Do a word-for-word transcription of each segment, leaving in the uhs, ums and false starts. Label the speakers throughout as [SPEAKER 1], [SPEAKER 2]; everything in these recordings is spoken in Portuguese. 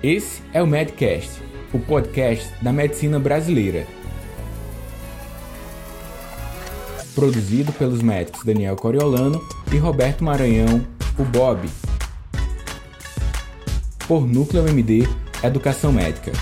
[SPEAKER 1] Esse é o Medcast, o podcast da medicina brasileira. Produzido pelos médicos Daniel Coriolano e Roberto Maranhão, o Bob. Por Núcleo M D Educação Médica.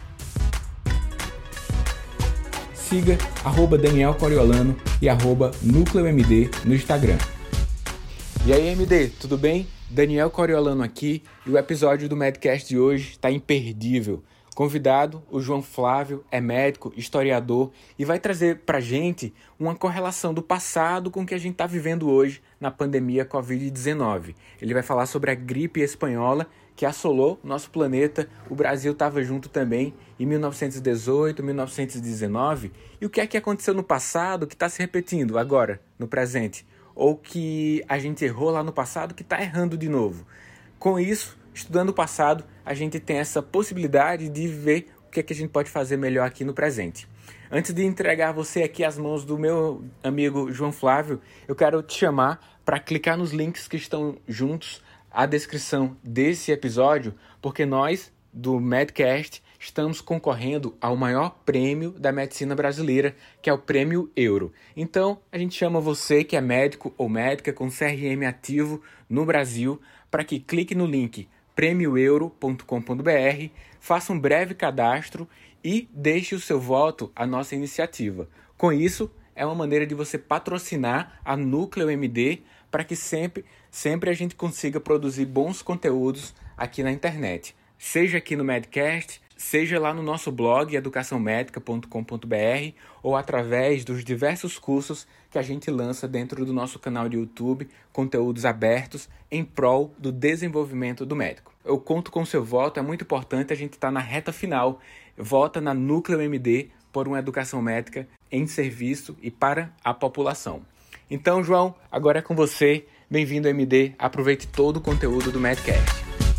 [SPEAKER 1] Siga arroba Daniel Coriolano e arroba Núcleo M D no Instagram. E aí, M D, tudo bem? Daniel Coriolano aqui e o episódio do Medcast de hoje está imperdível. Convidado, o João Flávio, é médico, historiador e vai trazer pra gente uma correlação do passado com o que a gente está vivendo hoje na pandemia covid dezenove. Ele vai falar sobre a gripe espanhola que assolou nosso planeta, o Brasil estava junto também em mil novecentos e dezoito, mil novecentos e dezenove. E o que é que aconteceu no passado que está se repetindo agora, no presente? Ou que a gente errou lá no passado que está errando de novo. Com isso, estudando o passado, a gente tem essa possibilidade de ver o que é que a gente pode fazer melhor aqui no presente. Antes de entregar você aqui às mãos do meu amigo João Flávio, eu quero te chamar para clicar nos links que estão juntos à descrição desse episódio, porque nós, do Medcast, estamos concorrendo ao maior prêmio da medicina brasileira, que é o Prêmio Euro. Então, a gente chama você que é médico ou médica com C R M ativo no Brasil, para que clique no link prêmio euro ponto com ponto b r, faça um breve cadastro e deixe o seu voto à nossa iniciativa. Com isso, é uma maneira de você patrocinar a Núcleo M D para que sempre, sempre a gente consiga produzir bons conteúdos aqui na internet. Seja aqui no Medcast, seja lá no nosso blog educação médica ponto com ponto b r ou através dos diversos cursos que a gente lança dentro do nosso canal de YouTube, conteúdos abertos em prol do desenvolvimento do médico. Eu conto com o seu voto, é muito importante, a gente está na reta final. Vota na Núcleo M D por uma educação médica em serviço e para a população. Então, João, agora é com você. Bem-vindo ao M D, aproveite todo o conteúdo do Medcast.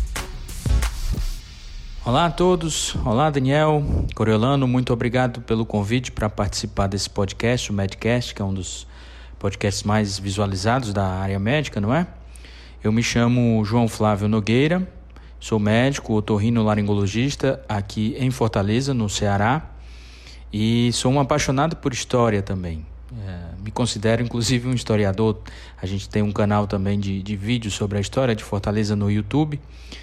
[SPEAKER 2] Olá a todos, olá Daniel Coriolano, muito obrigado pelo convite para participar desse podcast, o Medcast, que é um dos podcasts mais visualizados da área médica, não é? Eu me chamo João Flávio Nogueira, sou médico otorrinolaringologista aqui em Fortaleza, no Ceará, e sou um apaixonado por história também. É, me considero inclusive um historiador. A gente tem um canal também de, de vídeos sobre a história de Fortaleza no YouTube.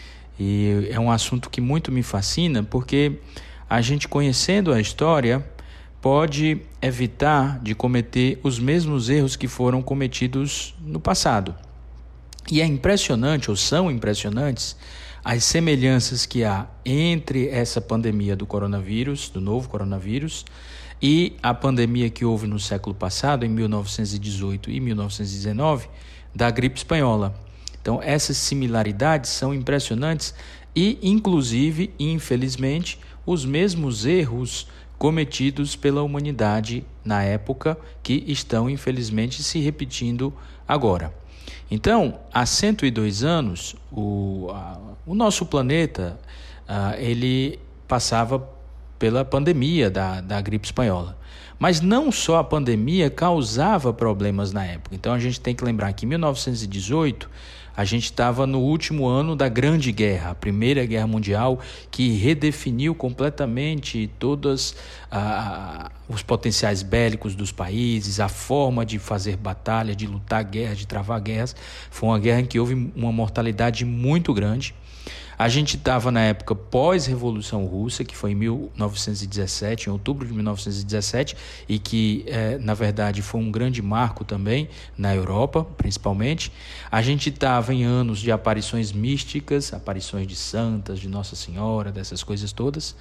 [SPEAKER 2] E é um assunto que muito me fascina, porque a gente, conhecendo a história, pode evitar de cometer os mesmos erros que foram cometidos no passado. E é impressionante, ou são impressionantes, as semelhanças que há entre essa pandemia do coronavírus, do novo coronavírus, e a pandemia que houve no século passado, em mil novecentos e dezoito e mil novecentos e dezenove, da gripe espanhola. Então, essas similaridades são impressionantes e, inclusive, infelizmente, os mesmos erros cometidos pela humanidade na época que estão, infelizmente, se repetindo agora. Então, há cento e dois anos, o, a, o nosso planeta a, ele passava pela pandemia da, da gripe espanhola. Mas não só a pandemia causava problemas na época. Então, a gente tem que lembrar que em mil novecentos e dezoito... a gente estava no último ano da Grande Guerra, a Primeira Guerra Mundial, que redefiniu completamente todos ah, os potenciais bélicos dos países, a forma de fazer batalha, de lutar guerras, de travar guerras. Foi uma guerra em que houve uma mortalidade muito grande. A gente estava na época pós-Revolução Russa, que foi em mil novecentos e dezessete, em outubro de mil novecentos e dezessete, e que, eh, na verdade, foi um grande marco também na Europa, principalmente. A gente estava em anos de aparições místicas, aparições de santas, de Nossa Senhora, dessas coisas todas,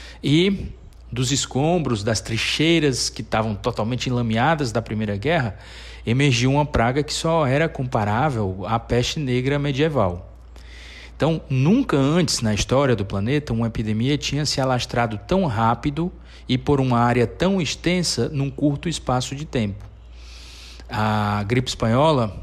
[SPEAKER 2] e dos escombros, das trincheiras que estavam totalmente enlameadas da Primeira Guerra, emergiu uma praga que só era comparável à peste negra medieval. Então, nunca antes na história do planeta uma epidemia tinha se alastrado tão rápido e por uma área tão extensa num curto espaço de tempo. A gripe espanhola,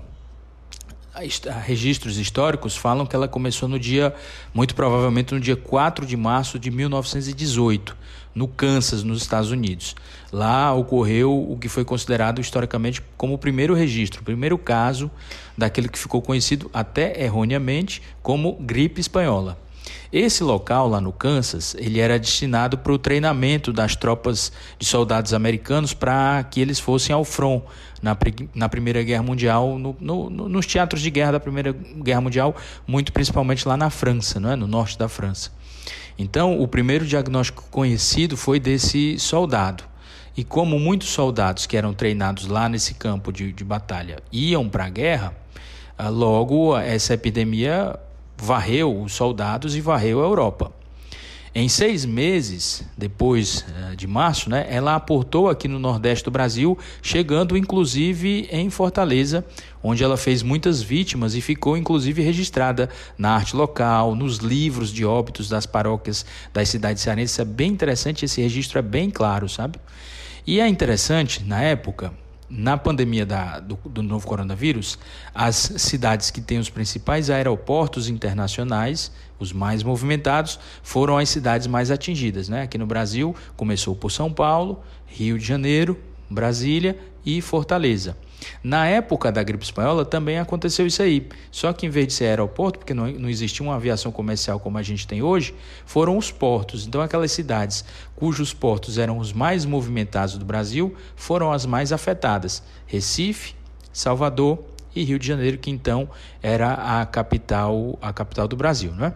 [SPEAKER 2] registros históricos falam que ela começou no dia, muito provavelmente no dia quatro de março de mil novecentos e dezoito, no Kansas, nos Estados Unidos. Lá ocorreu o que foi considerado historicamente como o primeiro registro, o primeiro caso daquele que ficou conhecido até erroneamente como gripe espanhola. Esse local, lá no Kansas, ele era destinado para o treinamento das tropas de soldados americanos para que eles fossem ao front na, na Primeira Guerra Mundial, no, no, nos teatros de guerra da Primeira Guerra Mundial, muito principalmente lá na França, não é? No norte da França. Então, o primeiro diagnóstico conhecido foi desse soldado. E como muitos soldados que eram treinados lá nesse campo de, de batalha iam para a guerra, logo essa epidemia varreu os soldados e varreu a Europa. Em seis meses depois de março, né, ela aportou aqui no Nordeste do Brasil, chegando inclusive em Fortaleza, onde ela fez muitas vítimas e ficou inclusive registrada na arte local, nos livros de óbitos das paróquias das cidades cearenses. É bem interessante, esse registro é bem claro, sabe? E é interessante, na época, na pandemia da, do, do novo coronavírus, as cidades que têm os principais aeroportos internacionais, os mais movimentados, foram as cidades mais atingidas, né? Aqui no Brasil, começou por São Paulo, Rio de Janeiro, Brasília e Fortaleza. Na época da gripe espanhola também aconteceu isso aí, só que em vez de ser aeroporto, porque não, não existia uma aviação comercial como a gente tem hoje, foram os portos. Então aquelas cidades cujos portos eram os mais movimentados do Brasil foram as mais afetadas: Recife, Salvador e Rio de Janeiro, que então era a capital, a capital do Brasil, não é?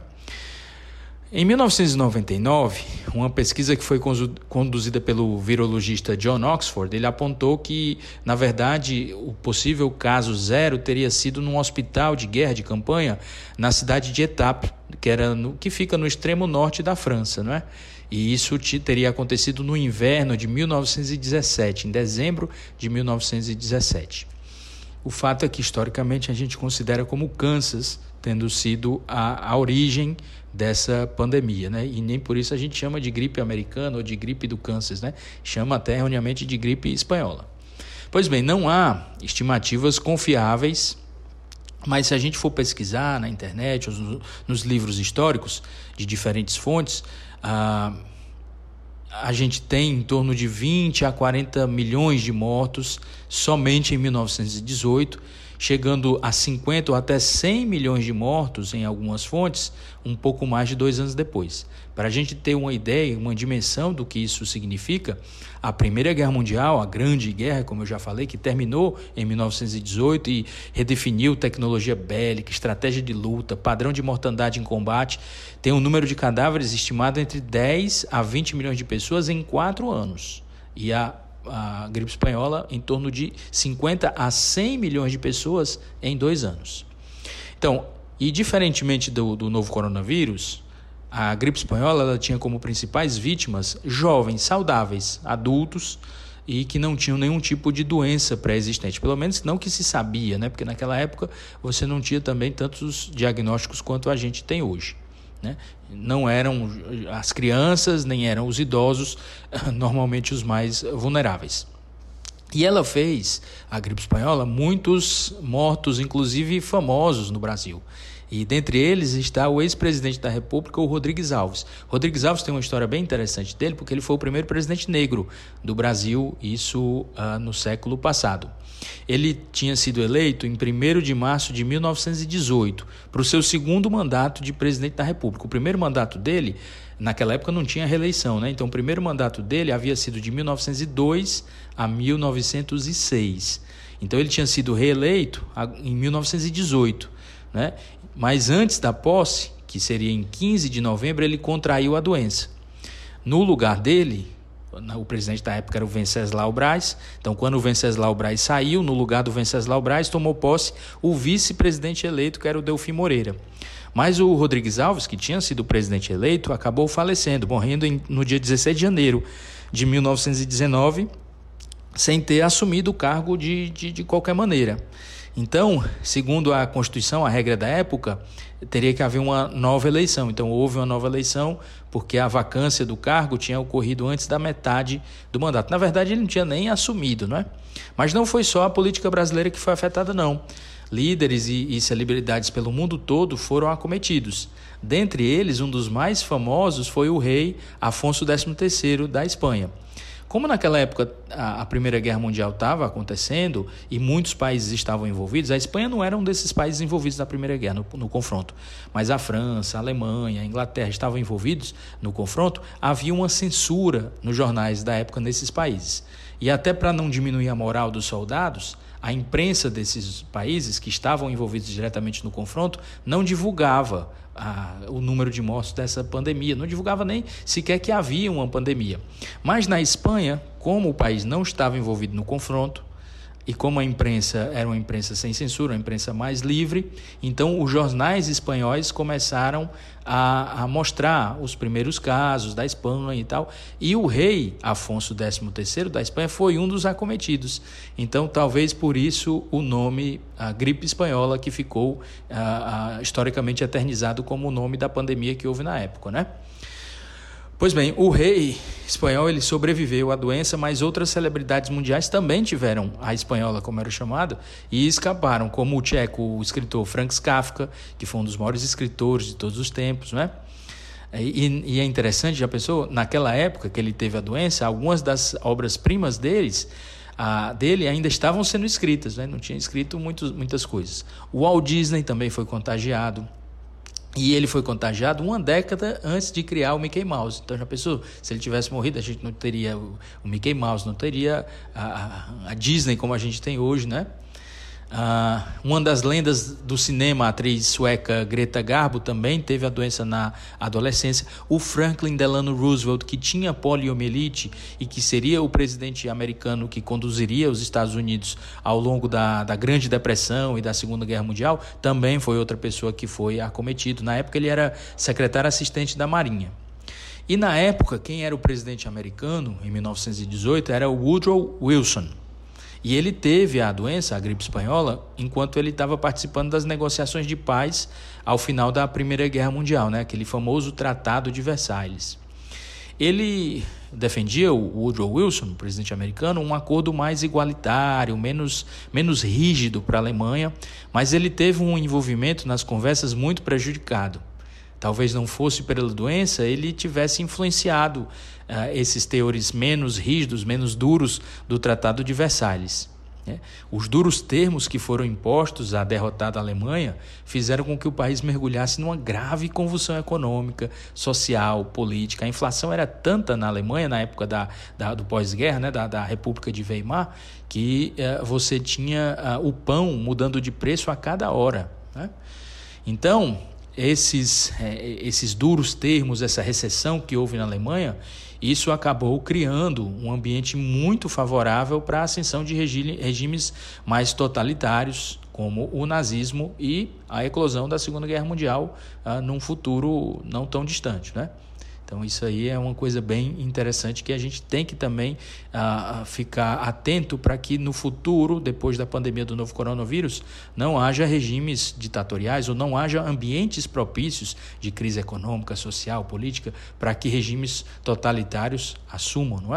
[SPEAKER 2] Em mil novecentos e noventa e nove, uma pesquisa que foi conduzida pelo virologista John Oxford, ele apontou que, na verdade, o possível caso zero teria sido num hospital de guerra de campanha na cidade de Étampes, que, era no, que fica no extremo norte da França, não é? E isso teria acontecido no inverno de mil novecentos e dezessete, em dezembro de mil novecentos e dezessete. O fato é que, historicamente, a gente considera como Kansas tendo sido a, a origem dessa pandemia, né? E nem por isso a gente chama de gripe americana ou de gripe do Kansas, né? Chama até erroneamente de gripe espanhola. Pois bem, não há estimativas confiáveis, mas se a gente for pesquisar na internet ou nos, nos livros históricos de diferentes fontes, a, a gente tem em torno de vinte a quarenta milhões de mortos somente em mil novecentos e dezoito, chegando a cinquenta ou até cem milhões de mortos em algumas fontes, um pouco mais de dois anos depois. Para a gente ter uma ideia, uma dimensão do que isso significa, a Primeira Guerra Mundial, a Grande Guerra, como eu já falei, que terminou em mil novecentos e dezoito e redefiniu tecnologia bélica, estratégia de luta, padrão de mortandade em combate, tem um número de cadáveres estimado entre dez a vinte milhões de pessoas em quatro anos. E a a gripe espanhola em torno de cinquenta a cem milhões de pessoas em dois anos. Então, e diferentemente do, do novo coronavírus, a gripe espanhola ela tinha como principais vítimas jovens, saudáveis, adultos e que não tinham nenhum tipo de doença pré-existente, pelo menos não que se sabia, né? Porque naquela época você não tinha também tantos diagnósticos quanto a gente tem hoje, né? Não eram as crianças, nem eram os idosos, normalmente os mais vulneráveis. E ela fez, a gripe espanhola, muitos mortos, inclusive famosos no Brasil. E dentre eles está o ex-presidente da República, o Rodrigues Alves. Rodrigues Alves tem uma história bem interessante dele, porque ele foi o primeiro presidente negro do Brasil, isso uh, no século passado. Ele tinha sido eleito em primeiro de março de mil novecentos e dezoito para o seu segundo mandato de presidente da República. O primeiro mandato dele, naquela época, não tinha reeleição, né? Então, o primeiro mandato dele havia sido de mil novecentos e dois a mil novecentos e seis. Então, ele tinha sido reeleito em mil novecentos e dezoito, né? Mas antes da posse, que seria em quinze de novembro, ele contraiu a doença. No lugar dele, o presidente da época era o Venceslau Braz. Então, quando o Venceslau Braz saiu, no lugar do Venceslau Braz, tomou posse o vice-presidente eleito, que era o Delfim Moreira. Mas o Rodrigues Alves, que tinha sido presidente eleito, acabou falecendo, morrendo em, no dia dezesseis de janeiro de mil novecentos e dezenove, sem ter assumido o cargo de, de, de qualquer maneira. Então, segundo a Constituição, a regra da época, teria que haver uma nova eleição. Então, houve uma nova eleição porque a vacância do cargo tinha ocorrido antes da metade do mandato. Na verdade, ele não tinha nem assumido, não é? Mas não foi só a política brasileira que foi afetada, não. Líderes e, e celebridades pelo mundo todo foram acometidos. Dentre eles, um dos mais famosos foi o rei Afonso décimo terceiro da Espanha. Como naquela época a, a Primeira Guerra Mundial estava acontecendo e muitos países estavam envolvidos, a Espanha não era um desses países envolvidos na Primeira Guerra, no, no confronto, mas a França, a Alemanha, a Inglaterra estavam envolvidos no confronto, havia uma censura nos jornais da época nesses países. E até para não diminuir a moral dos soldados, a imprensa desses países que estavam envolvidos diretamente no confronto não divulgava a, o número de mortos dessa pandemia, não divulgava nem sequer que havia uma pandemia. Mas na Espanha, como o país não estava envolvido no confronto, e como a imprensa era uma imprensa sem censura, uma imprensa mais livre, então os jornais espanhóis começaram a, a mostrar os primeiros casos da Espanha e tal, e o rei Afonso décimo terceiro da Espanha foi um dos acometidos. Então talvez por isso o nome, a gripe espanhola, que ficou a, a, historicamente eternizado como o nome da pandemia que houve na época, né? Pois bem, o rei espanhol ele sobreviveu à doença, mas outras celebridades mundiais também tiveram a espanhola, como era chamado, e escaparam, como o tcheco, o escritor Franz Kafka, que foi um dos maiores escritores de todos os tempos, né? E, e é interessante, já pensou, naquela época que ele teve a doença, algumas das obras-primas deles, a, dele ainda estavam sendo escritas, né? Não tinha escrito muitos, muitas coisas. O Walt Disney também foi contagiado. E ele foi contagiado uma década antes de criar o Mickey Mouse. Então, já pensou? Se ele tivesse morrido, a gente não teria o, o Mickey Mouse, não teria a, a Disney como a gente tem hoje, né? Ah, uma das lendas do cinema, a atriz sueca Greta Garbo, também teve a doença na adolescência. O Franklin Delano Roosevelt, que tinha poliomielite e que seria o presidente americano que conduziria os Estados Unidos ao longo da, da Grande Depressão e da Segunda Guerra Mundial, também foi outra pessoa que foi acometido. Na época ele era secretário assistente da Marinha. E na época, quem era o presidente americano, em mil novecentos e dezoito, era o Woodrow Wilson. E ele teve a doença, a gripe espanhola, enquanto ele estava participando das negociações de paz ao final da Primeira Guerra Mundial, né? Aquele famoso Tratado de Versalhes. Ele defendia, o Woodrow Wilson, o presidente americano, um acordo mais igualitário, menos, menos rígido para a Alemanha, mas ele teve um envolvimento nas conversas muito prejudicado. Talvez não fosse pela doença, ele tivesse influenciado uh, esses teores menos rígidos, menos duros do Tratado de Versalhes. Né? Os duros termos que foram impostos à derrotada Alemanha fizeram com que o país mergulhasse numa grave convulsão econômica, social, política. A inflação era tanta na Alemanha, na época da, da, do pós-guerra, né, da, da República de Weimar, que uh, você tinha uh, o pão mudando de preço a cada hora. Né? Então, Esses, esses duros termos, essa recessão que houve na Alemanha, isso acabou criando um ambiente muito favorável para a ascensão de regi- regimes mais totalitários, como o nazismo e a eclosão da Segunda Guerra Mundial ah, num futuro não tão distante, né? Então isso aí é uma coisa bem interessante que a gente tem que também uh, ficar atento para que no futuro, depois da pandemia do novo coronavírus, não haja regimes ditatoriais ou não haja ambientes propícios de crise econômica, social, política, para que regimes totalitários assumam, não é?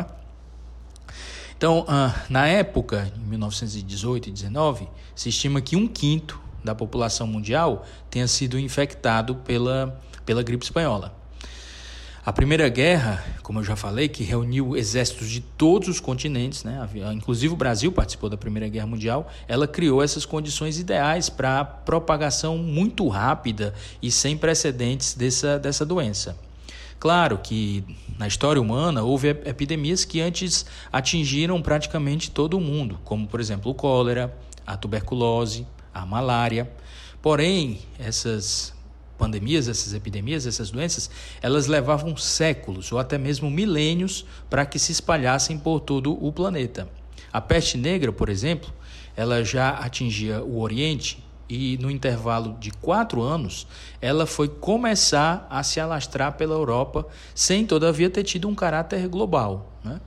[SPEAKER 2] Então, uh, na época, em mil novecentos e dezoito e dezenove, se estima que um quinto da população mundial tenha sido infectado pela, pela gripe espanhola. A Primeira Guerra, como eu já falei, que reuniu exércitos de todos os continentes, né? Inclusive o Brasil participou da Primeira Guerra Mundial, ela criou essas condições ideais para a propagação muito rápida e sem precedentes dessa, dessa doença. Claro que na história humana houve epidemias que antes atingiram praticamente todo o mundo, como por exemplo o cólera, a tuberculose, a malária. Porém, essas pandemias, essas epidemias, essas doenças, elas levavam séculos ou até mesmo milênios para que se espalhassem por todo o planeta. A peste negra, por exemplo, ela já atingia o Oriente e no intervalo de quatro anos ela foi começar a se alastrar pela Europa sem todavia ter tido um caráter global, né?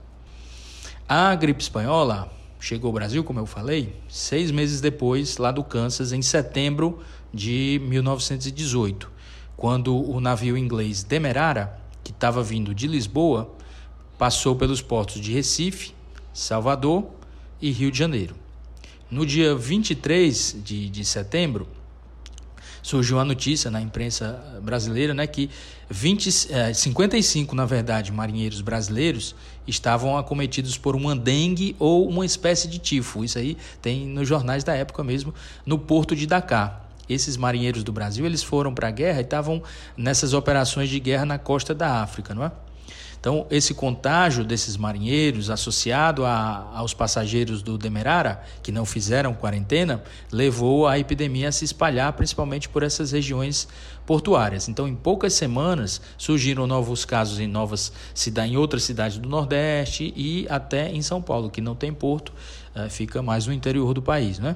[SPEAKER 2] A gripe espanhola chegou ao Brasil, como eu falei, seis meses depois, lá do Kansas, em setembro de mil novecentos e dezoito, quando o navio inglês Demerara, que estava vindo de Lisboa, passou pelos portos de Recife, Salvador e Rio de Janeiro. No dia vinte e três de, de setembro, surgiu a notícia na imprensa brasileira, né, que vinte, cinquenta e cinco, na verdade, marinheiros brasileiros estavam acometidos por uma dengue ou uma espécie de tifo. Isso aí tem nos jornais da época mesmo, no porto de Dakar. Esses marinheiros do Brasil, eles foram para a guerra e estavam nessas operações de guerra na costa da África, não é? Então, esse contágio desses marinheiros, associado a, aos passageiros do Demerara, que não fizeram quarentena, levou a epidemia a se espalhar, principalmente por essas regiões portuárias. Então, em poucas semanas, surgiram novos casos em, novas cidades, em outras cidades do Nordeste e até em São Paulo, que não tem porto, fica mais no interior do país, né?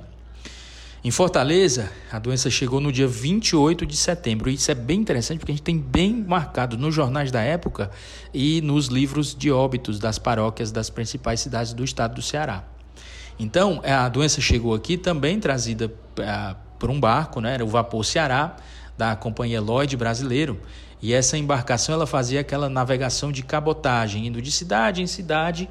[SPEAKER 2] Em Fortaleza, a doença chegou no dia vinte e oito de setembro. E isso é bem interessante porque a gente tem bem marcado nos jornais da época e nos livros de óbitos das paróquias das principais cidades do estado do Ceará. Então, a doença chegou aqui também trazida uh, por um barco, né? Era o Vapor Ceará, da Companhia Lloyd Brasileiro. E essa embarcação ela fazia aquela navegação de cabotagem, indo de cidade em cidade,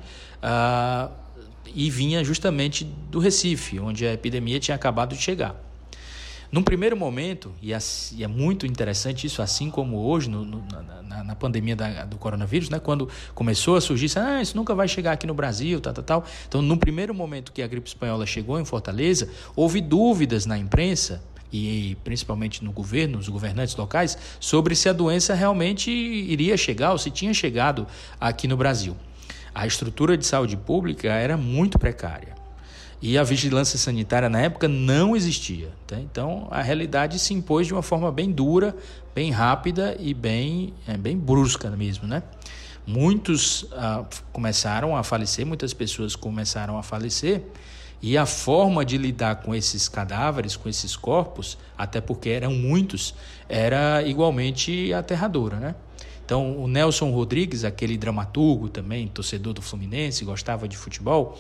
[SPEAKER 2] uh, e vinha justamente do Recife, onde a epidemia tinha acabado de chegar. Num primeiro momento, e é muito interessante isso, assim como hoje, no, no, na, na pandemia da, do coronavírus, né, quando começou a surgir, ah, isso nunca vai chegar aqui no Brasil, tal, tal, tal. Então, no primeiro momento que a gripe espanhola chegou em Fortaleza, houve dúvidas na imprensa, e principalmente no governo, nos governantes locais, sobre se a doença realmente iria chegar ou se tinha chegado aqui no Brasil. A estrutura de saúde pública era muito precária e a vigilância sanitária na época não existia. Tá? Então, a realidade se impôs de uma forma bem dura, bem rápida e bem, é, bem brusca mesmo, né? Muitos ah, começaram a falecer, muitas pessoas começaram a falecer e a forma de lidar com esses cadáveres, com esses corpos, até porque eram muitos, era igualmente aterradora, né? Então, o Nelson Rodrigues, aquele dramaturgo também, torcedor do Fluminense, gostava de futebol,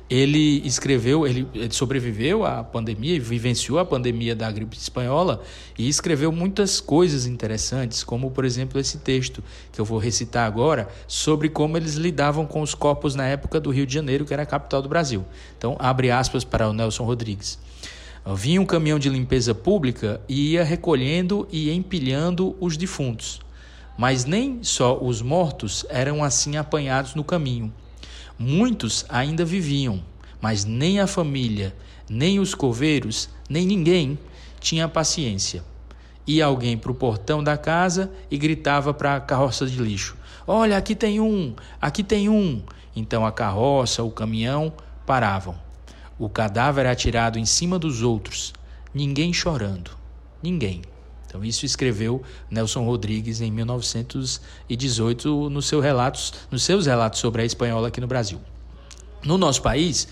[SPEAKER 2] ele escreveu, ele, ele sobreviveu à pandemia, vivenciou a pandemia da gripe espanhola e escreveu muitas coisas interessantes, como, por exemplo, esse texto que eu vou recitar agora, sobre como eles lidavam com os corpos na época do Rio de Janeiro, que era a capital do Brasil. Então, abre aspas para o Nelson Rodrigues. Vinha um caminhão de limpeza pública e ia recolhendo e empilhando os defuntos. Mas nem só os mortos eram assim apanhados no caminho. Muitos ainda viviam, mas nem a família, nem os coveiros, nem ninguém tinha paciência. Ia alguém para o portão da casa e gritava para a carroça de lixo: "Olha, aqui tem um, aqui tem um." Então a carroça, o caminhão paravam. O cadáver era atirado em cima dos outros, ninguém chorando, ninguém. Então, isso escreveu Nelson Rodrigues em mil novecentos e dezoito nos seus relatos, nos seus relatos sobre a espanhola aqui no Brasil. No nosso país,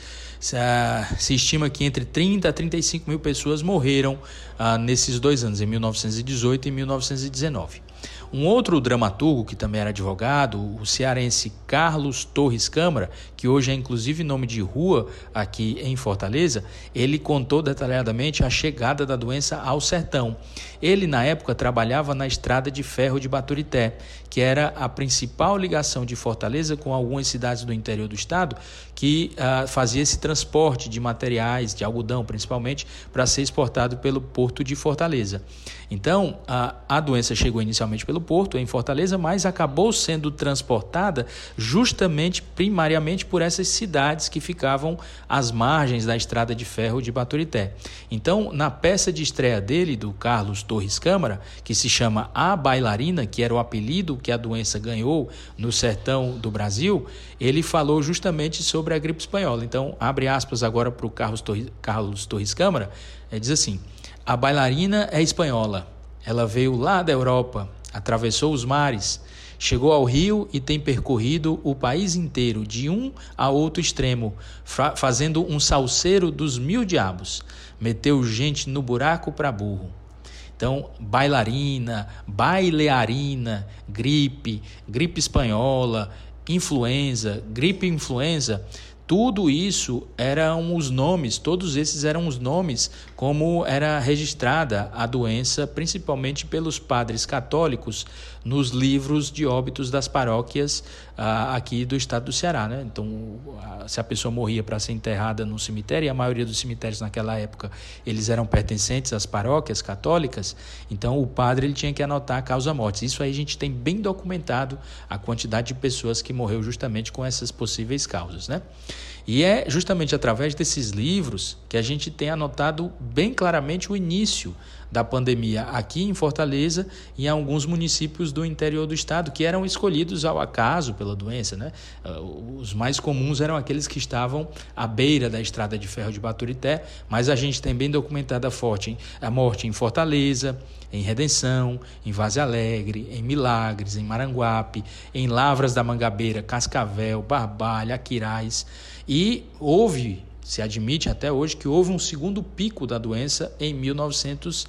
[SPEAKER 2] se estima que entre trinta a trinta e cinco mil pessoas morreram ah, nesses dois anos, em mil novecentos e dezoito e mil novecentos e dezenove. Um outro dramaturgo, que também era advogado, o cearense Carlos Torres Câmara, que hoje é inclusive nome de rua aqui em Fortaleza, ele contou detalhadamente a chegada da doença ao sertão. Ele, na época, trabalhava na estrada de ferro de Baturité, que era a principal ligação de Fortaleza com algumas cidades do interior do estado, que uh, fazia esse transporte de materiais, de algodão principalmente, para ser exportado pelo porto de Fortaleza. Então, a, a doença chegou inicialmente pelo porto, em Fortaleza, mas acabou sendo transportada justamente, primariamente, por essas cidades que ficavam às margens da estrada de ferro de Baturité. Então, na peça de estreia dele, do Carlos Torres Câmara, que se chama A Bailarina, que era o apelido que a doença ganhou no sertão do Brasil, ele falou justamente sobre a gripe espanhola. Então, abre aspas agora para o Carlos Torres, Carlos Torres Câmara, é, diz assim: "A bailarina é espanhola. Ela veio lá da Europa, atravessou os mares, chegou ao Rio e tem percorrido o país inteiro, de um a outro extremo, fa- fazendo um salseiro dos mil diabos. Meteu gente no buraco para burro." Então, bailarina, bailearina, gripe, gripe espanhola, influenza, gripe influenza, tudo isso eram os nomes, todos esses eram os nomes como era registrada a doença, principalmente pelos padres católicos, nos livros de óbitos das paróquias ah, aqui do estado do Ceará, né? Então, se a pessoa morria para ser enterrada no cemitério, e a maioria dos cemitérios naquela época, eles eram pertencentes às paróquias católicas, então o padre ele tinha que anotar a causa-morte. Isso aí a gente tem bem documentado a quantidade de pessoas que morreu justamente com essas possíveis causas, né? E é justamente através desses livros que a gente tem anotado bem claramente o início da pandemia aqui em Fortaleza e em alguns municípios do interior do estado, que eram escolhidos ao acaso pela doença, né? Os mais comuns eram aqueles que estavam à beira da estrada de ferro de Baturité, mas a gente tem bem documentada a, forte, a morte em Fortaleza, em Redenção, em Vaze Alegre, em Milagres, em Maranguape, em Lavras da Mangabeira, Cascavel, Barbalha, Aquiraz. E houve, se admite até hoje, que houve um segundo pico da doença em mil novecentos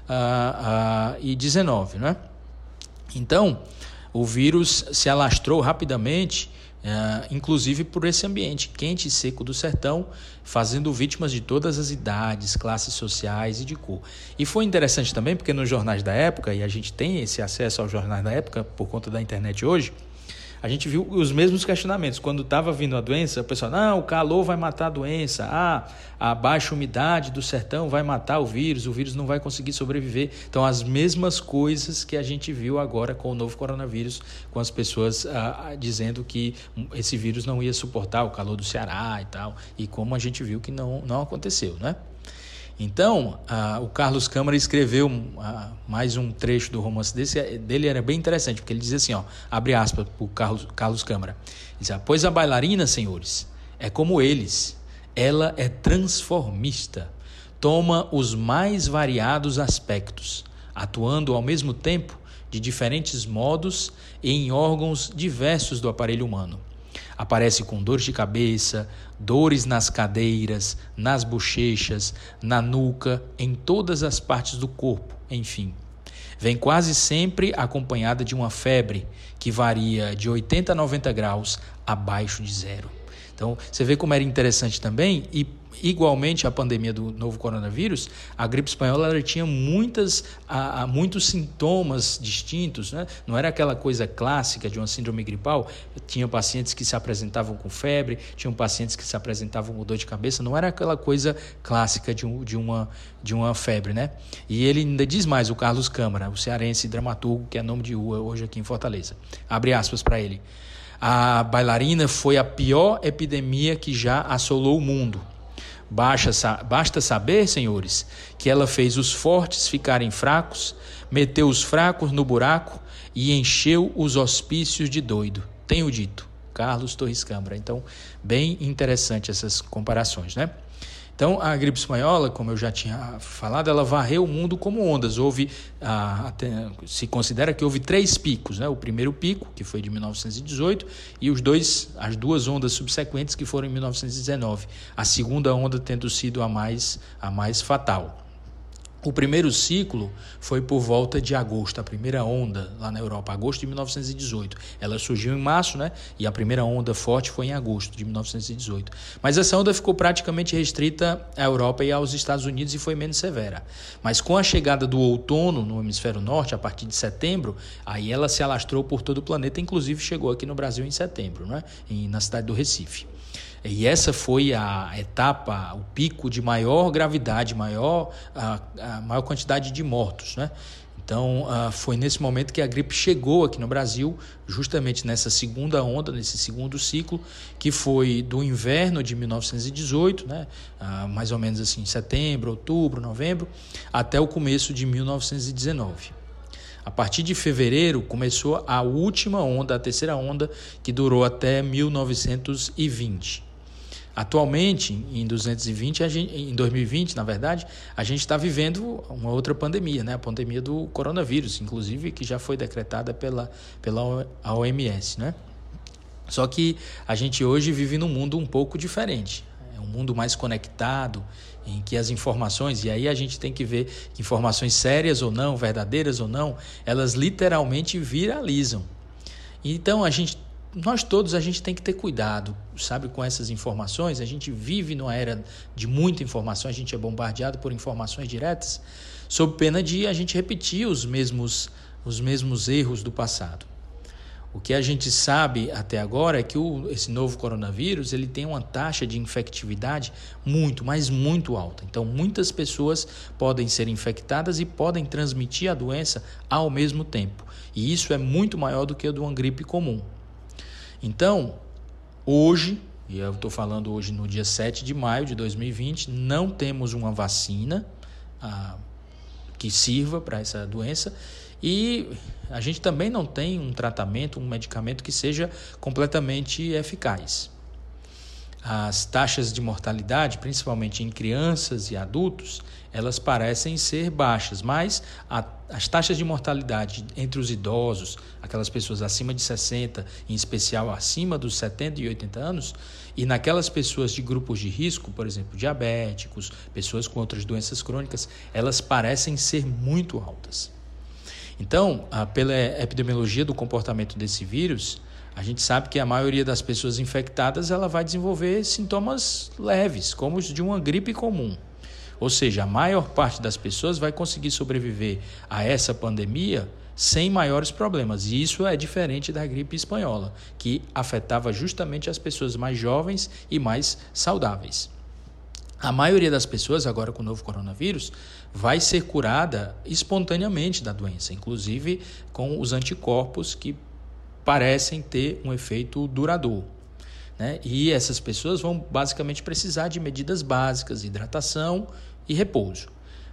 [SPEAKER 2] e dezenove, né? Então, o vírus se alastrou rapidamente, uh, inclusive por esse ambiente quente e seco do sertão, fazendo vítimas de todas as idades, classes sociais e de cor. E foi interessante também, porque nos jornais da época, e a gente tem esse acesso aos jornais da época por conta da internet hoje, a gente viu os mesmos questionamentos. Quando estava vindo a doença, o pessoal, não, o calor vai matar a doença, ah, a baixa umidade do sertão vai matar o vírus, o vírus não vai conseguir sobreviver. Então, as mesmas coisas que a gente viu agora com o novo coronavírus, com as pessoas ah, dizendo que esse vírus não ia suportar o calor do Ceará e tal, e como a gente viu que não, não aconteceu, né? Então, ah, o Carlos Câmara escreveu ah, mais um trecho do romance desse, dele, era bem interessante, porque ele diz assim, ó, abre aspas para o Carlos, Carlos Câmara, diz, ah, pois a bailarina, senhores, é como eles, ela é transformista, toma os mais variados aspectos, atuando ao mesmo tempo de diferentes modos e em órgãos diversos do aparelho humano. Aparece com dores de cabeça, dores nas cadeiras, nas bochechas, na nuca, em todas as partes do corpo, enfim. Vem quase sempre acompanhada de uma febre que varia de oitenta a noventa graus abaixo de zero. Então, você vê como era interessante também, e igualmente a pandemia do novo coronavírus, a gripe espanhola ela tinha muitas, a, a, muitos sintomas distintos, né? Não era aquela coisa clássica de uma síndrome gripal, tinha pacientes que se apresentavam com febre, tinham pacientes que se apresentavam com dor de cabeça, não era aquela coisa clássica de, um, de, uma, de uma febre, né? E ele ainda diz mais, o Carlos Câmara, o cearense dramaturgo, que é nome de rua hoje aqui em Fortaleza, abre aspas para ele, a bailarina foi a pior epidemia que já assolou o mundo. Basta saber, senhores, que ela fez os fortes ficarem fracos, meteu os fracos no buraco e encheu os hospícios de doido. Tenho dito, Carlos Torres Câmara. Então, bem interessante essas comparações, né? Então, a gripe espanhola, como eu já tinha falado, ela varreu o mundo como ondas. Houve, ah, até, se considera que houve três picos, né? O primeiro pico, que foi de mil novecentos e dezoito, e os dois, as duas ondas subsequentes, que foram em mil novecentos e dezenove. A segunda onda tendo sido a mais, a mais fatal. O primeiro ciclo foi por volta de agosto, a primeira onda lá na Europa, agosto de mil novecentos e dezoito. Ela surgiu em março, né? E a primeira onda forte foi em agosto de mil novecentos e dezoito. Mas essa onda ficou praticamente restrita à Europa e aos Estados Unidos e foi menos severa. Mas com a chegada do outono no hemisfério norte, a partir de setembro, aí ela se alastrou por todo o planeta, inclusive chegou aqui no Brasil em setembro, né? E na cidade do Recife. E essa foi a etapa, o pico de maior gravidade, maior, a, a maior quantidade de mortos, né? Então, uh, foi nesse momento que a gripe chegou aqui no Brasil, justamente nessa segunda onda, nesse segundo ciclo, que foi do inverno de mil novecentos e dezoito, né? uh, mais ou menos assim, setembro, outubro, novembro, até o começo de mil novecentos e dezenove. A partir de fevereiro começou a última onda, a terceira onda, que durou até mil novecentos e vinte. Atualmente, em, duzentos e vinte, a gente, em dois mil e vinte, na verdade, a gente está vivendo uma outra pandemia, né? A pandemia do coronavírus, inclusive, que já foi decretada pela, pela O M S, né? Só que a gente hoje vive num mundo um pouco diferente. É um mundo mais conectado, em que as informações, e aí a gente tem que ver que informações sérias ou não, verdadeiras ou não, elas literalmente viralizam. Então, a gente nós todos a gente tem que ter cuidado, sabe, com essas informações. A gente vive numa era de muita informação, a gente é bombardeado por informações diretas, sob pena de a gente repetir os mesmos, os mesmos erros do passado. O que a gente sabe até agora é que o, esse novo coronavírus ele tem uma taxa de infectividade muito, mas muito alta. Então, muitas pessoas podem ser infectadas e podem transmitir a doença ao mesmo tempo. E isso é muito maior do que o de uma gripe comum. Então, hoje, e eu estou falando hoje no dia sete de maio de dois mil e vinte, não temos uma vacina ah, que sirva para essa doença. E a gente também não tem um tratamento, um medicamento que seja completamente eficaz. As taxas de mortalidade, principalmente em crianças e adultos, elas parecem ser baixas, mas a, as taxas de mortalidade entre os idosos, aquelas pessoas acima de sessenta, em especial acima dos setenta e oitenta anos, e naquelas pessoas de grupos de risco, por exemplo, diabéticos, pessoas com outras doenças crônicas, elas parecem ser muito altas. Então, pela epidemiologia do comportamento desse vírus, a gente sabe que a maioria das pessoas infectadas ela vai desenvolver sintomas leves, como os de uma gripe comum. Ou seja, a maior parte das pessoas vai conseguir sobreviver a essa pandemia sem maiores problemas. E isso é diferente da gripe espanhola, que afetava justamente as pessoas mais jovens e mais saudáveis. A maioria das pessoas, agora com o novo coronavírus, vai ser curada espontaneamente da doença, inclusive com os anticorpos que parecem ter um efeito duradouro, né? E essas pessoas vão basicamente precisar de medidas básicas, hidratação e repouso.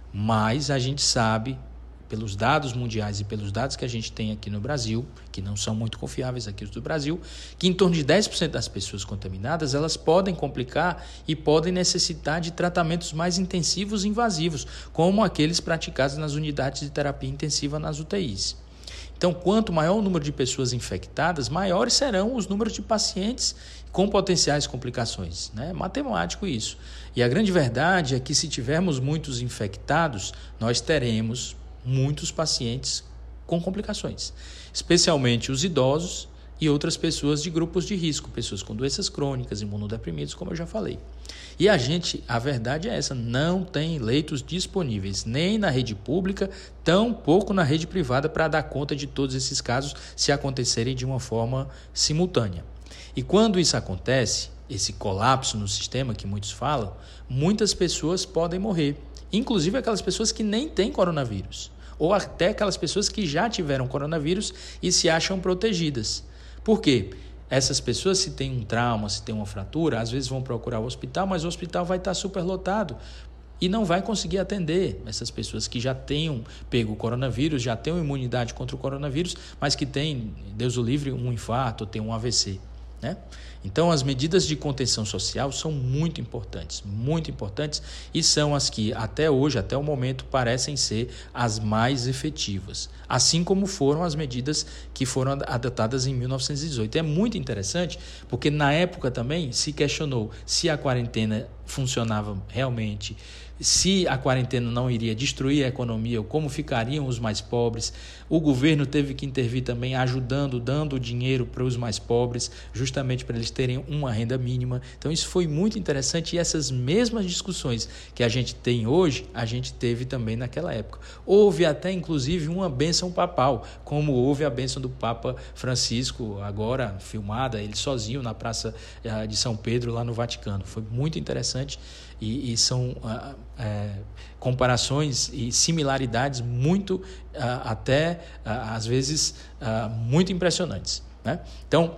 [SPEAKER 2] Mas a gente sabe, pelos dados mundiais e pelos dados que a gente tem aqui no Brasil, que não são muito confiáveis aqui os do Brasil, que em torno de dez por cento das pessoas contaminadas, elas podem complicar e podem necessitar de tratamentos mais intensivos e invasivos, como aqueles praticados nas unidades de terapia intensiva nas U T Is. Então, quanto maior o número de pessoas infectadas, maiores serão os números de pacientes com potenciais complicações, né? É matemático isso. E a grande verdade é que se tivermos muitos infectados, nós teremos muitos pacientes com complicações, especialmente os idosos e outras pessoas de grupos de risco, pessoas com doenças crônicas, imunodeprimidos, como eu já falei. E a gente, a verdade é essa, não tem leitos disponíveis, nem na rede pública, tampouco na rede privada para dar conta de todos esses casos se acontecerem de uma forma simultânea. E quando isso acontece, esse colapso no sistema que muitos falam, muitas pessoas podem morrer. Inclusive aquelas pessoas que nem têm coronavírus, ou até aquelas pessoas que já tiveram coronavírus e se acham protegidas. Por quê? Essas pessoas, se têm um trauma, se têm uma fratura, às vezes vão procurar o hospital, mas o hospital vai estar superlotado e não vai conseguir atender essas pessoas que já tenham pego o coronavírus, já tenham imunidade contra o coronavírus, mas que têm, Deus o livre, um infarto ou têm um A V C. Né? Então, as medidas de contenção social são muito importantes, muito importantes e são as que até hoje, até o momento, parecem ser as mais efetivas, assim como foram as medidas que foram adotadas em mil novecentos e dezoito. É muito interessante porque na época também se questionou se a quarentena funcionava realmente, se a quarentena não iria destruir a economia, ou como ficariam os mais pobres. O governo teve que intervir também ajudando, dando dinheiro para os mais pobres, justamente para eles terem uma renda mínima. Então isso foi muito interessante e essas mesmas discussões que a gente tem hoje, a gente teve também naquela época. Houve até inclusive uma bênção papal, como houve a bênção do Papa Francisco, agora filmada, ele sozinho na Praça de São Pedro, lá no Vaticano. Foi muito interessante. E, e são uh, é, comparações e similaridades muito, uh, até, uh, às vezes, uh, muito impressionantes, né? Então,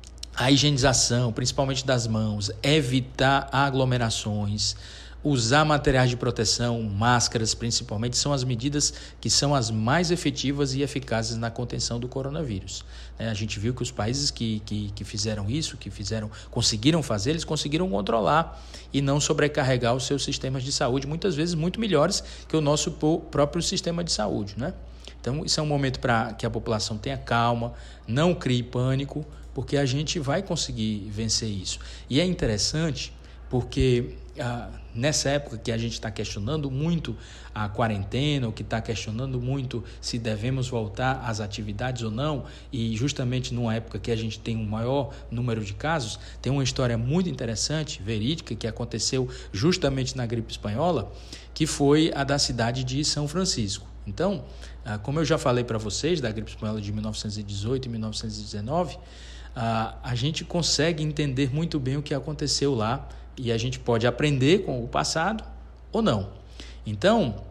[SPEAKER 2] a higienização, principalmente das mãos, evitar aglomerações, usar materiais de proteção, máscaras principalmente, são as medidas que são as mais efetivas e eficazes na contenção do coronavírus. É, a gente viu que os países que, que, que fizeram isso, que fizeram, conseguiram fazer, eles conseguiram controlar e não sobrecarregar os seus sistemas de saúde, muitas vezes muito melhores que o nosso próprio sistema de saúde, né? Então, isso é um momento para que a população tenha calma, não crie pânico, porque a gente vai conseguir vencer isso. E é interessante porque ah, nessa época que a gente está questionando muito a quarentena, ou que está questionando muito se devemos voltar às atividades ou não, e justamente numa época que a gente tem um maior número de casos, tem uma história muito interessante, verídica, que aconteceu justamente na gripe espanhola, que foi a da cidade de São Francisco. Então, como eu já falei para vocês, da gripe espanhola de mil novecentos e dezoito e mil novecentos e dezenove, a gente consegue entender muito bem o que aconteceu lá, e a gente pode aprender com o passado ou não. Então,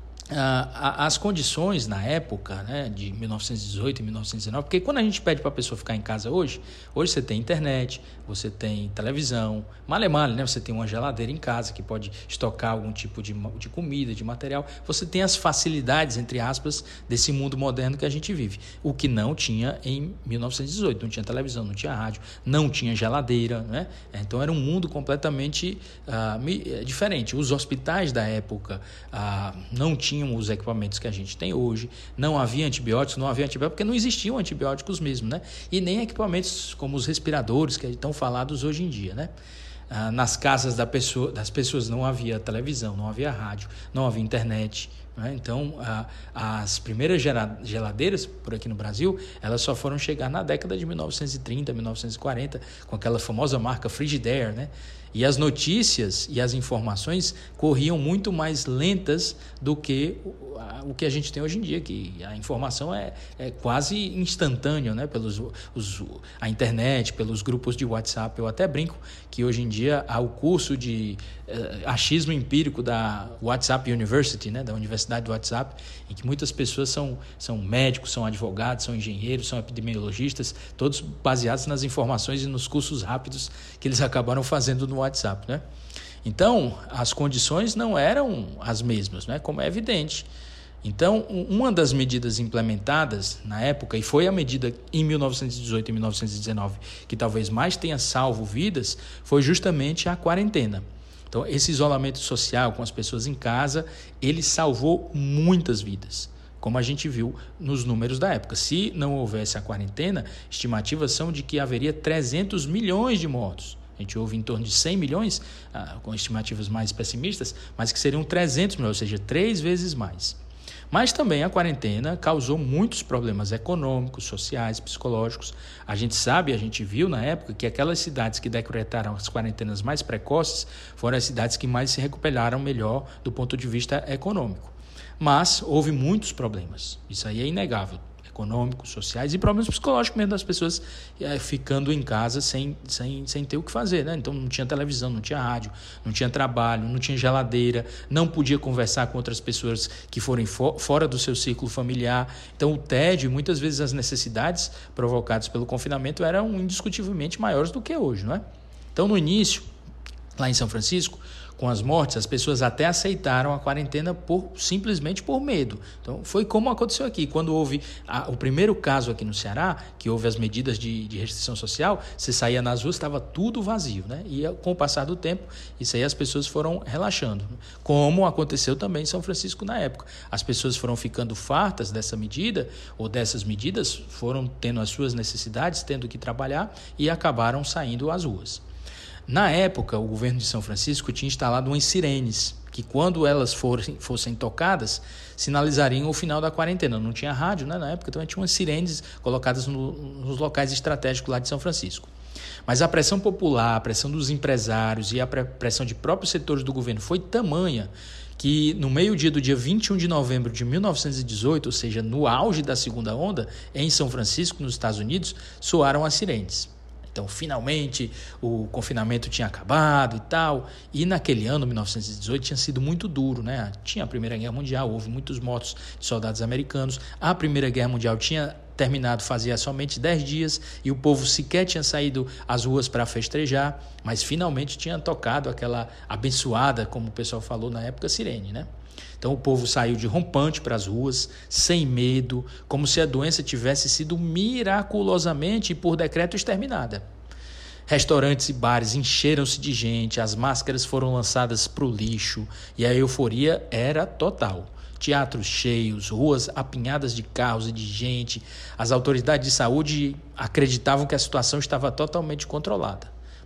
[SPEAKER 2] ah, as condições na época, né, de mil novecentos e dezoito e mil novecentos e dezenove, porque quando a gente pede para a pessoa ficar em casa hoje, hoje você tem internet, você tem televisão, male male, né, você tem uma geladeira em casa que pode estocar algum tipo de, de comida, de material, você tem as facilidades, entre aspas, desse mundo moderno que a gente vive, o que não tinha em mil novecentos e dezoito, não tinha televisão, não tinha rádio, não tinha geladeira, né? Então era um mundo completamente uh, diferente. Os hospitais da época uh, não tinham os equipamentos que a gente tem hoje, não havia antibióticos, não havia antibióticos porque não existiam antibióticos mesmo, né? E nem equipamentos como os respiradores que estão falados hoje em dia, né? Ah, nas casas da pessoa, das pessoas não havia televisão, não havia rádio, não havia internet, né? Então, ah, as primeiras geladeiras por aqui no Brasil, elas só foram chegar na década de mil novecentos e trinta, mil novecentos e quarenta, com aquela famosa marca Frigidaire, né? E as notícias e as informações corriam muito mais lentas do que o que a gente tem hoje em dia, que a informação é, é quase instantânea, né? Pelos, os, a internet, pelos grupos de WhatsApp. Eu até brinco que hoje em dia há o curso de uh, achismo empírico da WhatsApp University, né? Da Universidade do WhatsApp, em que muitas pessoas são, são médicos, são advogados, são engenheiros, são epidemiologistas, todos baseados nas informações e nos cursos rápidos que eles acabaram fazendo no WhatsApp, né? Então, as condições não eram as mesmas, né? Como é evidente. Então, uma das medidas implementadas na época, e foi a medida em mil novecentos e dezoito e mil novecentos e dezenove que talvez mais tenha salvo vidas, foi justamente a quarentena. Então, esse isolamento social com as pessoas em casa, ele salvou muitas vidas, como a gente viu nos números da época. Se não houvesse a quarentena, estimativas são de que haveria trezentos milhões de mortos. A gente ouve em torno de cem milhões, ah, com estimativas mais pessimistas, mas que seriam trezentos milhões, ou seja, três vezes mais. Mas também a quarentena causou muitos problemas econômicos, sociais, psicológicos. A gente sabe, a gente viu na época que aquelas cidades que decretaram as quarentenas mais precoces foram as cidades que mais se recuperaram melhor do ponto de vista econômico. Mas houve muitos problemas, isso aí é inegável. Econômicos, sociais e problemas psicológicos mesmo das pessoas é, ficando em casa sem, sem, sem ter o que fazer, né? Então não tinha televisão, não tinha rádio, não tinha trabalho, não tinha geladeira, não podia conversar com outras pessoas que forem for, fora do seu círculo familiar. Então o tédio e muitas vezes as necessidades provocadas pelo confinamento eram indiscutivelmente maiores do que hoje, não é? Então no início, lá em São Francisco, com as mortes, as pessoas até aceitaram a quarentena por, simplesmente por medo. Então, foi como aconteceu aqui. Quando houve a, o primeiro caso aqui no Ceará, que houve as medidas de, de restrição social, você saía nas ruas, estava tudo vazio, né? E com o passar do tempo, isso aí as pessoas foram relaxando. Como aconteceu também em São Francisco na época. As pessoas foram ficando fartas dessa medida, ou dessas medidas, foram tendo as suas necessidades, tendo que trabalhar e acabaram saindo às ruas. Na época, o governo de São Francisco tinha instalado umas sirenes, que quando elas fossem, fossem tocadas, sinalizariam o final da quarentena. Não tinha rádio, né? Na época, então tinha umas sirenes colocadas no, nos locais estratégicos lá de São Francisco. Mas a pressão popular, a pressão dos empresários e a pressão de próprios setores do governo foi tamanha que no meio-dia do dia vinte e um de novembro de mil novecentos e dezoito, ou seja, no auge da segunda onda, em São Francisco, nos Estados Unidos, soaram as sirenes. Então, finalmente, o confinamento tinha acabado e tal. E naquele ano, mil novecentos e dezoito, tinha sido muito duro, né? Tinha a Primeira Guerra Mundial, houve muitos mortos de soldados americanos. A Primeira Guerra Mundial tinha terminado fazia somente dez dias e o povo sequer tinha saído às ruas para festejar, mas finalmente tinha tocado aquela abençoada, como o pessoal falou na época, sirene, né? Então o povo saiu de rompante para as ruas, sem medo, como se a doença tivesse sido miraculosamente e por decreto exterminada. Restaurantes e bares encheram-se de gente, as máscaras foram lançadas para o lixo e a euforia era total. Teatros cheios, ruas apinhadas de carros e de gente. As autoridades de saúde acreditavam que a situação estava totalmente controlada.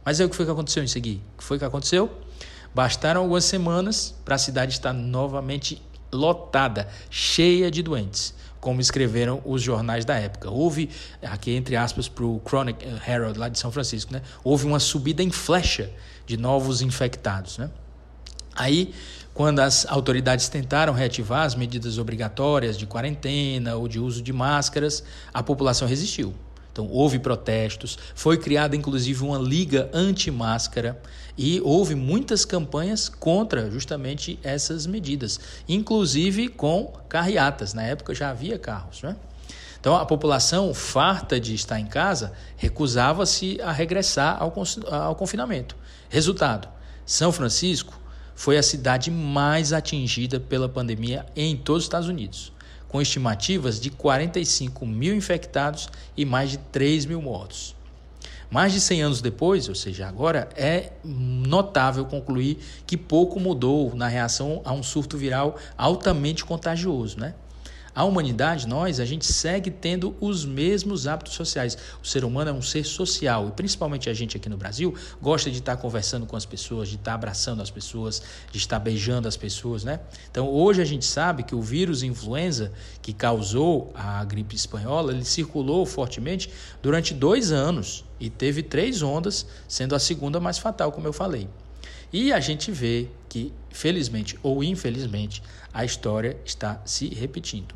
[SPEAKER 2] Mas aí o que foi que aconteceu em seguida? O que foi que aconteceu? Bastaram algumas semanas para a cidade estar novamente lotada, cheia de doentes, como escreveram os jornais da época. Houve, aqui entre aspas para o Chronicle Herald lá de São Francisco, né? Houve uma subida em flecha de novos infectados, né? Aí, quando as autoridades tentaram reativar as medidas obrigatórias de quarentena ou de uso de máscaras, a população resistiu. Então, houve protestos, foi criada inclusive uma liga anti-máscara e houve muitas campanhas contra justamente essas medidas, inclusive com carreatas. Na época já havia carros, né? Então, a população, farta de estar em casa, recusava-se a regressar ao, ao confinamento. Resultado, São Francisco foi a cidade mais atingida pela pandemia em todos os Estados Unidos, com estimativas de quarenta e cinco mil infectados e mais de três mil mortos. Mais de cem anos depois, ou seja, agora, é notável concluir que pouco mudou na reação a um surto viral altamente contagioso, né? A humanidade, nós, a gente segue tendo os mesmos hábitos sociais. O ser humano é um ser social e principalmente a gente aqui no Brasil gosta de estar conversando com as pessoas, de estar abraçando as pessoas, de estar beijando as pessoas, né? Então hoje a gente sabe que o vírus influenza que causou a gripe espanhola, ele circulou fortemente durante dois anos e teve três ondas, sendo a segunda mais fatal, como eu falei. E a gente vê que, felizmente ou infelizmente, a história está se repetindo.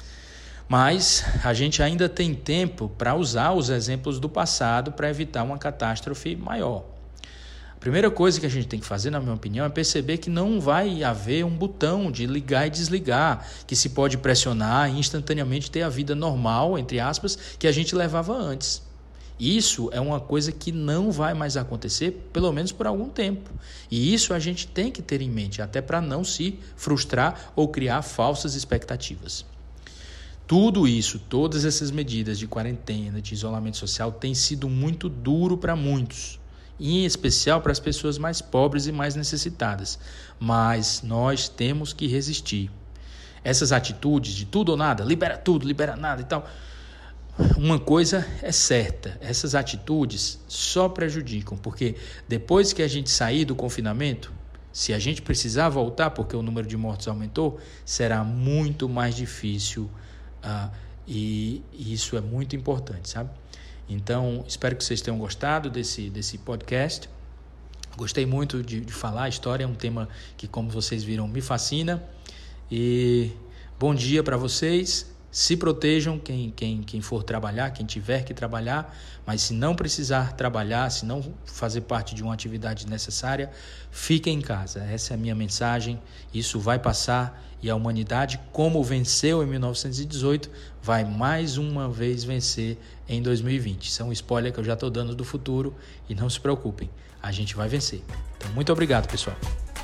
[SPEAKER 2] Mas a gente ainda tem tempo para usar os exemplos do passado para evitar uma catástrofe maior. A primeira coisa que a gente tem que fazer, na minha opinião, é perceber que não vai haver um botão de ligar e desligar, que se pode pressionar e instantaneamente ter a vida normal, entre aspas, que a gente levava antes. Isso é uma coisa que não vai mais acontecer, pelo menos por algum tempo. E isso a gente tem que ter em mente, até para não se frustrar ou criar falsas expectativas. Tudo isso, todas essas medidas de quarentena, de isolamento social, tem sido muito duro para muitos, em especial para as pessoas mais pobres e mais necessitadas. Mas nós temos que resistir. Essas atitudes de tudo ou nada, libera tudo, libera nada e tal, uma coisa é certa, essas atitudes só prejudicam, porque depois que a gente sair do confinamento, se a gente precisar voltar porque o número de mortos aumentou, será muito mais difícil. Ah, e, e isso é muito importante, sabe? Então, espero que vocês tenham gostado desse, desse podcast. Gostei muito de, de falar. A história é um tema que, como vocês viram, me fascina. E bom dia para vocês. Se protejam quem, quem, quem for trabalhar, quem tiver que trabalhar, mas se não precisar trabalhar, se não fazer parte de uma atividade necessária, fiquem em casa. Essa é a minha mensagem. Isso vai passar e a humanidade, como venceu em mil novecentos e dezoito, vai mais uma vez vencer em dois mil e vinte. Isso é um spoiler que eu já estou dando do futuro e não se preocupem, a gente vai vencer. Então, muito obrigado, pessoal.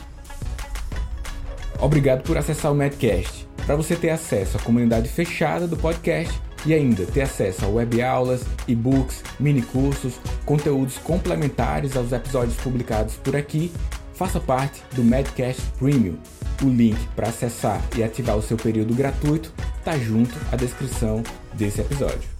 [SPEAKER 1] Obrigado por acessar o Medcast. Para você ter acesso à comunidade fechada do podcast e ainda ter acesso a web-aulas, e-books, mini-cursos, conteúdos complementares aos episódios publicados por aqui, faça parte do Medcast Premium. O link para acessar e ativar o seu período gratuito está junto à descrição desse episódio.